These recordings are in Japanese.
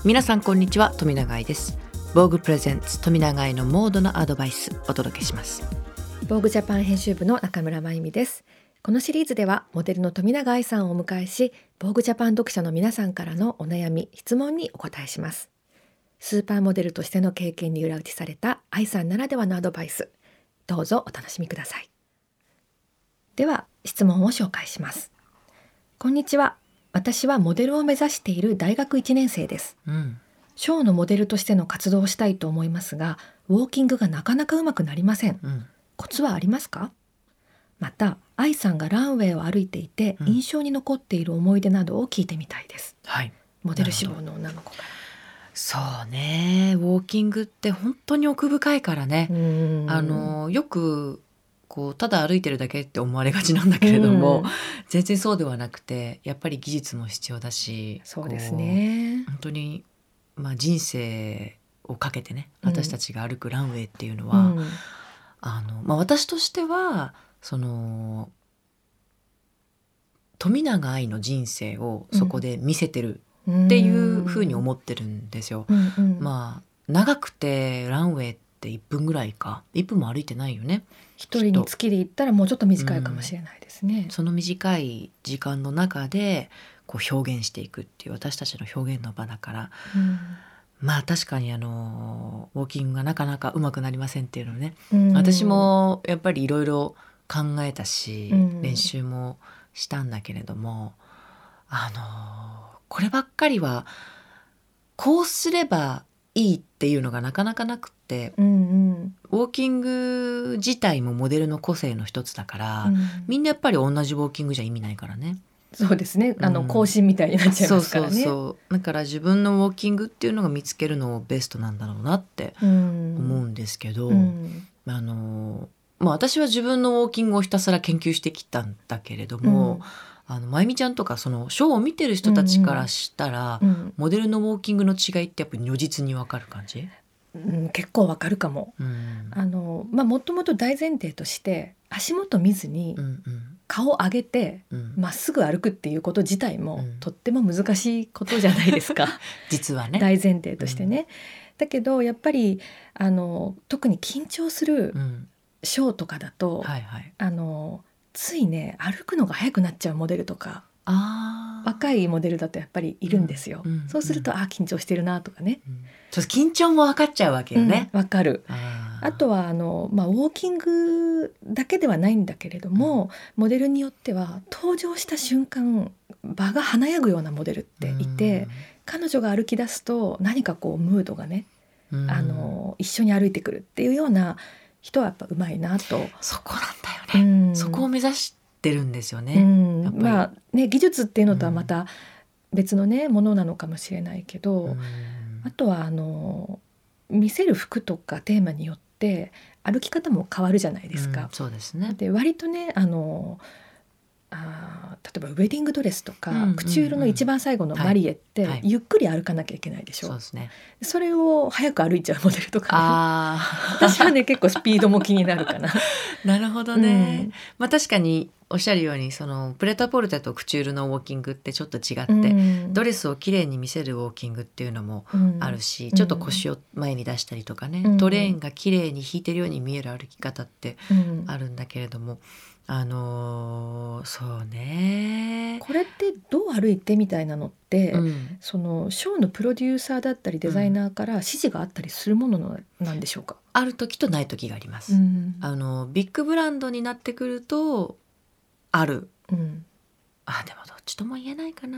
皆さんこんにちは、富永愛です。ボーグプレゼンツ富永愛のモードのアドバイスお届けします。 ボーグジャパン編集部の中村真由美です。このシリーズではモデルの富永愛さんをお迎えし、ボーグジャパン読者の皆さんからのお悩み質問にお答えします。スーパーモデルとしての経験に裏打ちされた愛さんならではのアドバイス、どうぞお楽しみください。では質問を紹介します。こんにちは。私はモデルを目指している大学1年生です。ショーのモデルとしての活動をしたいと思いますが、ウォーキングがなかなかうまくなりません。コツはありますか？また、愛さんがランウェイを歩いていて印象に残っている思い出などを聞いてみたいです。モデル志望の女の子から。 そうね、ウォーキングって本当に奥深いからね。よくこうただ歩いてるだけって思われがちなんだけれども、全然そうではなくて、やっぱり技術も必要だし、 そうですね。 本当に、人生をかけてね、私たちが歩くランウェイっていうのは、私としてはその富永愛の人生をそこで見せてるっていうふうに思ってるんですよ。長くてランウェイって1分ぐらいか、1分も歩いてないよね。 一人につきで言ったらもうちょっと短いかもしれないですね。 その短い時間の中でこう表現していくっていう私たちの表現の場だから、確かにウォーキングがなかなかうまくなりませんっていうのね、私もやっぱりいろいろ考えたし、練習もしたんだけれども、こればっかりはこうすればいいっていうのがなかなかなくって、ウォーキング自体もモデルの個性の一つだから、みんなやっぱり同じウォーキングじゃ意味ないからね。 そうですね、更新みたいになっちゃいますからね。 だから自分のウォーキングっていうのが見つけるのベストなんだろうなって思うんですけど、私は自分のウォーキングをひたすら研究してきたんだけれども、まゆみちゃんとかそのショーを見てる人たちからしたら、モデルのウォーキングの違いってやっぱり如実に分かる感じ？ 結構わかるかも。もともと大前提として足元見ずに顔を上げてまっすぐ歩くっていうこと自体もとっても難しいことじゃないですか。 実はね、 大前提としてね。だけどやっぱり特に緊張するショーとかだと、ついね歩くのが速くなっちゃうモデルとか若いモデルだとやっぱりいるんですよ。そうすると緊張してるなとかね、 ちょっと緊張も分かっちゃうわけよね。 分かる。あとはウォーキングだけではないんだけれども、モデルによっては登場した瞬間場が華やぐようなモデルっていて、彼女が歩き出すと何かこうムードがね、一緒に歩いてくるっていうような人はやっぱうまいなと。 そこなんだよね、そこを目指してるんですよね。 技術っていうのとはまた別のね、ものなのかもしれないけど、あとは見せる服とかテーマによって歩き方も変わるじゃないですか。 そうですね。 で割とね例えばウェディングドレスとか、クチュールの一番最後のマリエってゆっくり歩かなきゃいけないでしょ。それを早く歩いちゃうモデルとか、私はね結構スピードも気になるかな。 なるほどね。確かにおっしゃるように、そのプレタポルテとクチュールのウォーキングってちょっと違って、ドレスをきれいに見せるウォーキングっていうのもあるし、ちょっと腰を前に出したりとかね、トレーンがきれいに引いてるように見える歩き方ってあるんだけれども、そうね、 これってどう歩いてみたいなのって、そのショーのプロデューサーだったりデザイナーから指示があったりするものなんでしょうか？ ある時とない時があります。ビッグブランドになってくるとある、でもどっちとも言えないかな。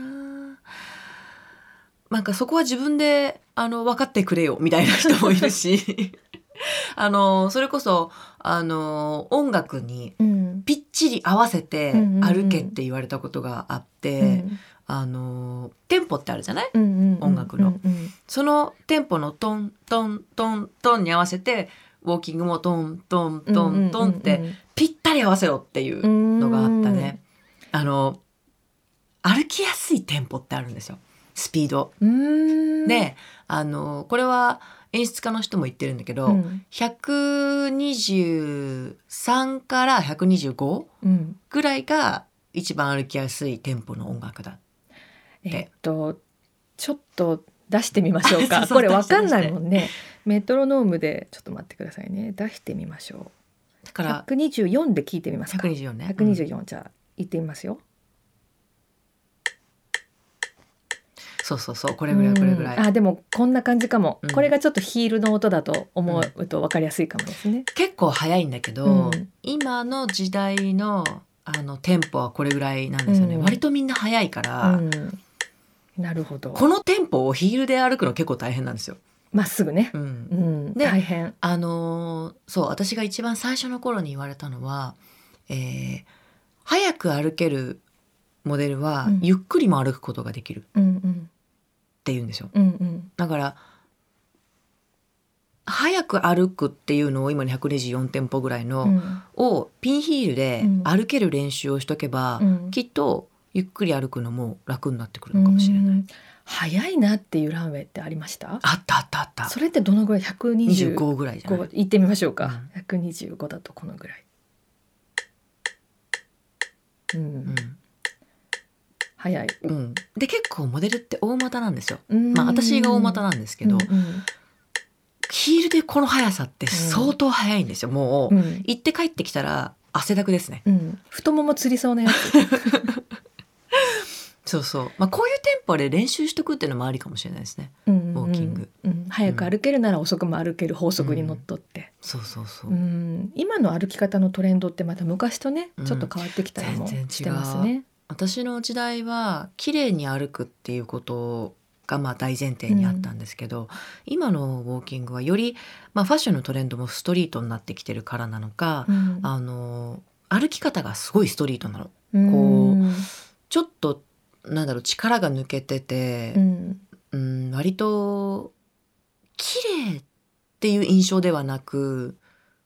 なんかそこは自分で分かってくれよみたいな人もいるしそれこそ音楽にぴっちり合わせて歩けって言われたことがあって、テンポってあるじゃない、音楽の、そのテンポのトントントントンに合わせてウォーキングもトントントントンってぴったり合わせろっていうのがあったね。歩きやすいテンポってあるんですよ、スピードで。これは演出家の人も言ってるんだけど、123から125ぐらいが一番歩きやすいテンポの音楽だって。 ちょっと出してみましょうか。 そうそうこれわかんないもんね。メトロノームでちょっと待ってくださいね。出してみましょう。 だから 124で聞いてみますか。 124ね。 124、じゃあ言ってみますよ。 そうそうそう、これぐらいこれぐらい。 あ、でもこんな感じかも、 うんこれがちょっとヒールの音だと思うと分かりやすいかもですね。 結構早いんだけど、今の時代のテンポはこれぐらいなんですよね。割とみんな早いから、 なるほど。 このテンポをヒールで歩くの結構大変なんですよ。 まっすぐね。 で、 大変。 そう私が一番最初の頃に言われたのは、早く歩けるモデルはゆっくりも歩くことができるって言うんですよ。だから早く歩くっていうのを今の124テンポぐらいの、をピンヒールで歩ける練習をしとけば、きっとゆっくり歩くのも楽になってくるのかもしれない。 早いなっていうランウェイってありました？ あったあったあった。 それってどのぐらい？125 ぐらいじゃない？ 行ってみましょうか。125だとこのぐらい。早い。 で結構モデルって大股なんですよ。まあ私が大股なんですけど、ヒールでこの速さって相当速いんですよ。もう、行って帰ってきたら汗だくですね。 太ももつりそうなやつ。 そうそう。まあこういうテンポで練習しとくっていうのもありかもしれないですね。ウォーキング。 早く歩けるなら遅くも歩ける法則にのっとって。 そうそうそう。 今の歩き方のトレンドってまた昔とね、ちょっと変わってきたりもしてますね。 私の時代は綺麗に歩くっていうことがまあ大前提にあったんですけど、今のウォーキングはより、まあ、ファッションのトレンドもストリートになってきてるからなのか、歩き方がすごいストリートなの。こうちょっとなんだろう、力が抜けてて、割と綺麗っていう印象ではなく、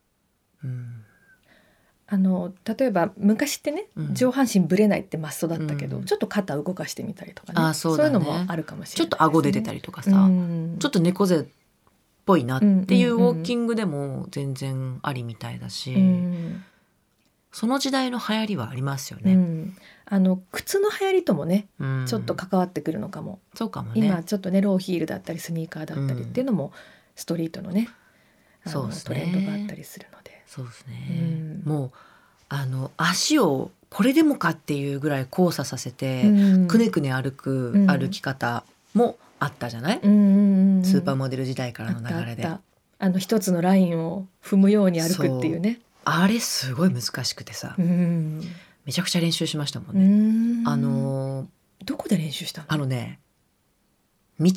例えば昔ってね、上半身ぶれないってマストだったけど、ちょっと肩動かしてみたりとかね、そういうのもあるかもしれないですね。 ちょっと顎出てたりとかさ、ちょっと猫背っぽいなっていうウォーキングでも全然ありみたいだし、その時代の流行りはありますよね。 靴の流行りともね、ちょっと関わってくるのかも。 そうかもね。 今ちょっとね、ローヒールだったりスニーカーだったりっていうのもストリートのね、トレンドがあったりするので。 そうですね。もう足をこれでもかっていうぐらい交差させて、くねくね歩く歩き方もあったじゃない？スーパーモデル時代からの流れで。 一つのラインを踏むように歩くっていうね。 あれすごい難しくてさ、めちゃくちゃ練習しましたもんね。 どこで練習したの？ 道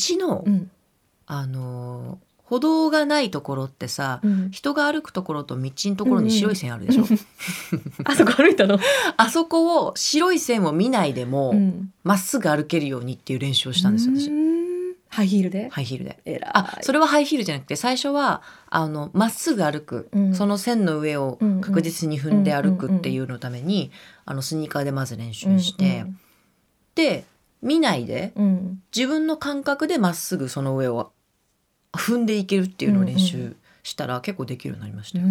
の、歩道がないところってさ、人が歩くところと道のところに白い線あるでしょ。 あそこ歩いたの？ あそこを白い線を見ないでもまっすぐ歩けるようにっていう練習をしたんですよ、私。 ハイヒールで？ ハイヒールで。 偉い。 それはハイヒールじゃなくて、最初はまっすぐ歩く、その線の上を確実に踏んで歩くっていうのために、スニーカーでまず練習して、で見ないで、自分の感覚でまっすぐその上を踏んでいけるっていうのを練習したら結構できるようになりましたよ。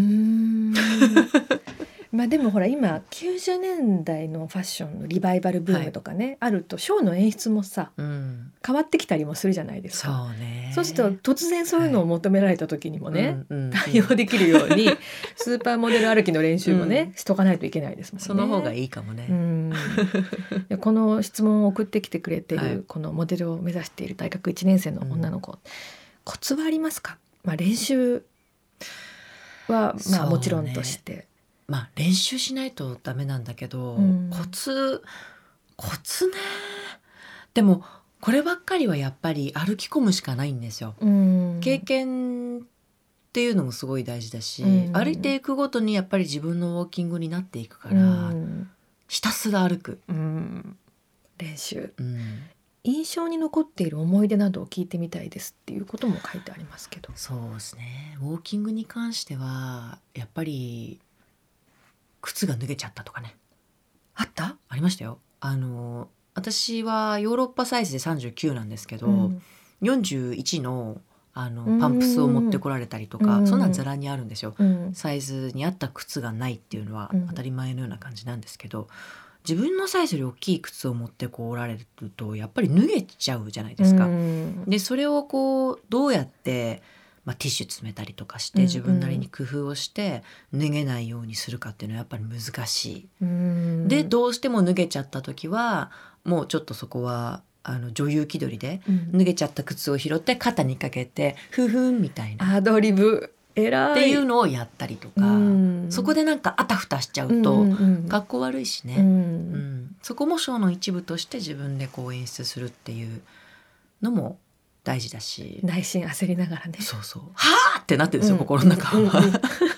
まあでもほら今90年代のファッションのリバイバルブームとかね、あるとショーの演出もさ、変わってきたりもするじゃないですか。そうすると突然そういうのを求められた時にもね、対応できるようにスーパーモデル歩きの練習もね、しとかないといけないですもんね。 その方がいいかもね。 この質問を送ってきてくれてる、このモデルを目指している大学1年生の女の子、コツはありますか？練習はもちろんとして、 練習しないとダメなんだけど、コツね。でもこればっかりはやっぱり歩き込むしかないんですよ。経験っていうのもすごい大事だし、歩いていくごとにやっぱり自分のウォーキングになっていくから、ひたすら歩く、 練習、印象に残っている思い出などを聞いてみたいですっていうことも書いてありますけど。 そうですね。ウォーキングに関してはやっぱり靴が脱げちゃったとかね。ありましたよ。私はヨーロッパサイズで39なんですけど、41のパンプスを持ってこられたりとか、そんなんざらにあるんですよ。サイズに合った靴がないっていうのは当たり前のような感じなんですけど、 自分のサイズより大きい靴を持ってこうおられるとやっぱり脱げちゃうじゃないですか。でそれをこうどうやって、ティッシュ詰めたりとかして自分なりに工夫をして脱げないようにするかっていうのはやっぱり難しい。でどうしても脱げちゃった時はもうちょっとそこは女優気取りで脱げちゃった靴を拾って肩にかけてふふんみたいなアドリブ偉いっていうのをやったりとか、そこでなんかあたふたしちゃうと格好悪いしね、そこもショーの一部として自分でこう演出するっていうのも大事だし、 内心焦りながらね、 そうそうはーってなってるんですよ、心の中は。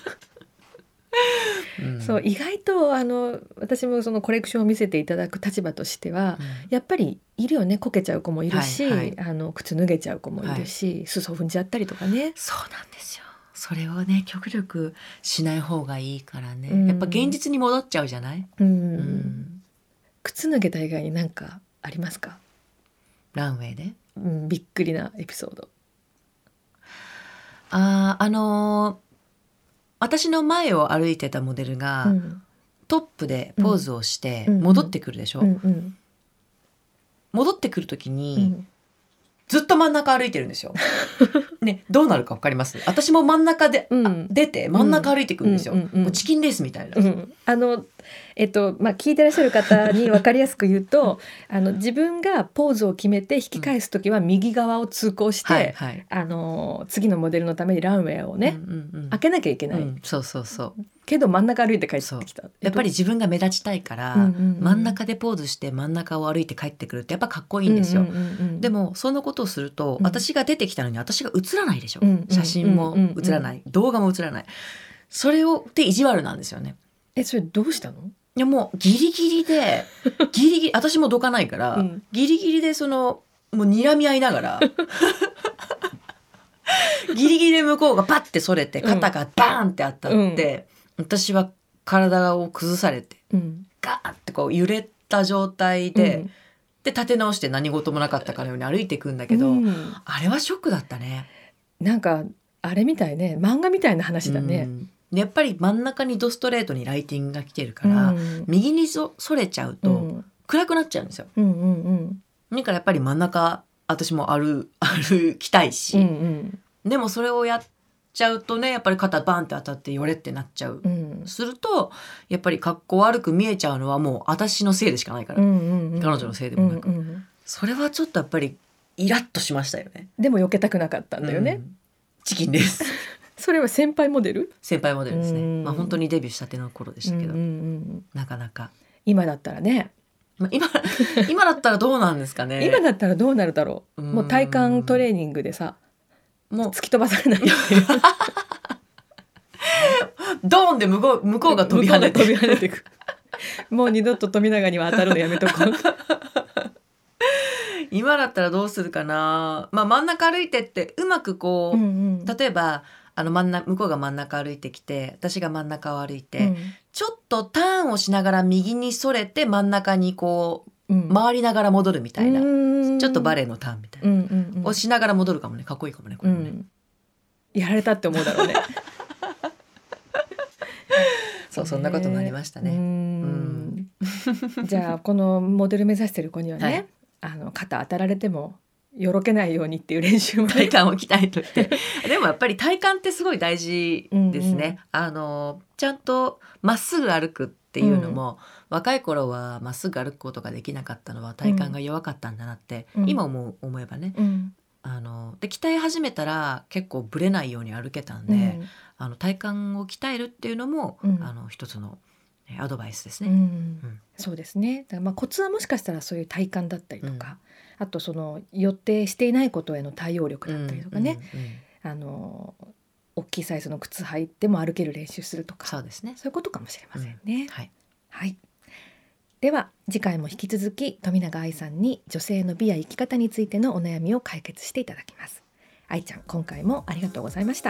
そう意外と私もそのコレクションを見せていただく立場としては、やっぱりいるよね、こけちゃう子もいるし、靴脱げちゃう子もいるし、裾踏んじゃったりとかね。 そうなんですよ。それをね極力しない方がいいからね、やっぱ現実に戻っちゃうじゃない。 靴脱げた以外に何かありますか？ ランウェイで、 びっくりなエピソード。 私の前を歩いてたモデルが、トップでポーズをして戻ってくるでしょ、戻ってくる時に、ずっと真ん中歩いてるんですよ。ね、どうなるか分かります？私も真ん中で、出て真ん中歩いてくるんですよ。もうチキンレースみたいな。 聞いてらっしゃる方に分かりやすく言うと自分がポーズを決めて引き返す時は右側を通行して、次のモデルのためにランウェイをね、開けなきゃいけない、 そうけど真ん中歩いて帰ってきた。 やっぱり自分が目立ちたいから、真ん中でポーズして真ん中を歩いて帰ってくるってやっぱかっこいいんですよ。でもそのことをすると、私が出てきたのに私が映らないでしょ、写真も映らない、動画も映らない。それをって意地悪なんですよね。 それどうしたの？ いやもうギリギリで私もどかないから、ギリギリでもう睨み合いながらギリギリで向こうがパッてそれて肩がバーンって当たって、私は体を崩されて、ガーンってこう揺れた状態で、で立て直して何事もなかったかのように歩いていくんだけど、あれはショックだったね。 なんかあれみたいね、漫画みたいな話だね。 やっぱり真ん中にドストレートにライティングが来てるから、右にそれちゃうと暗くなっちゃうんですよ。だからやっぱり真ん中私も歩きたいし、でもそれをやっちゃうとね、やっぱり肩バンって当たってよれってなっちゃう、するとやっぱり格好悪く見えちゃうのはもう私のせいでしかないから、彼女のせいでもなく、それはちょっとやっぱりイラッとしましたよね。 でも避けたくなかったんだよね、 チキンですそれは先輩モデルですね。本当にデビューしたての頃でしたけど、なかなか今だったらね、 今だったらどうなんですかね。 今だったらどうなるだろう。もう体幹トレーニングでさ、もう突き飛ばされないドーンで向こうが飛び跳ねていくもう二度と富永には当たるのやめとこう今だったらどうするかな。真ん中歩いてってうまくこう、例えば向こうが真ん中歩いてきて私が真ん中を歩いて、ちょっとターンをしながら右にそれて真ん中にこう、回りながら戻るみたいな、ちょっとバレエのターンみたいな、をしながら戻るかもね。かっこいいかもねこれもね、 やられたって思うだろうねそんなこともありましたね。 じゃあこのモデル目指してる子にはね、肩当たられてもよろけないようにっていう練習も、 体幹を鍛えといてでもやっぱり体幹ってすごい大事ですね。ちゃんとまっすぐ歩くっていうのも、若い頃はまっすぐ歩くことができなかったのは体幹が弱かったんだなって、今思えばね、で鍛え始めたら結構ブレないように歩けたんで、体幹を鍛えるっていうのも、一つのアドバイスですね。 そうですね。だからコツはもしかしたらそういう体幹だったりとか、あと予定していないことへの対応力だったりとかね、大きいサイズの靴履いても歩ける練習するとか、そうですね、そういうことかもしれませんね。はい、では次回も引き続き富永愛さんに女性の美や生き方についてのお悩みを解決していただきます。愛ちゃん、今回もありがとうございました。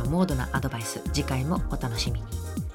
ありがとうございました。では富永愛のモードなアドバイス、次回もお楽しみに。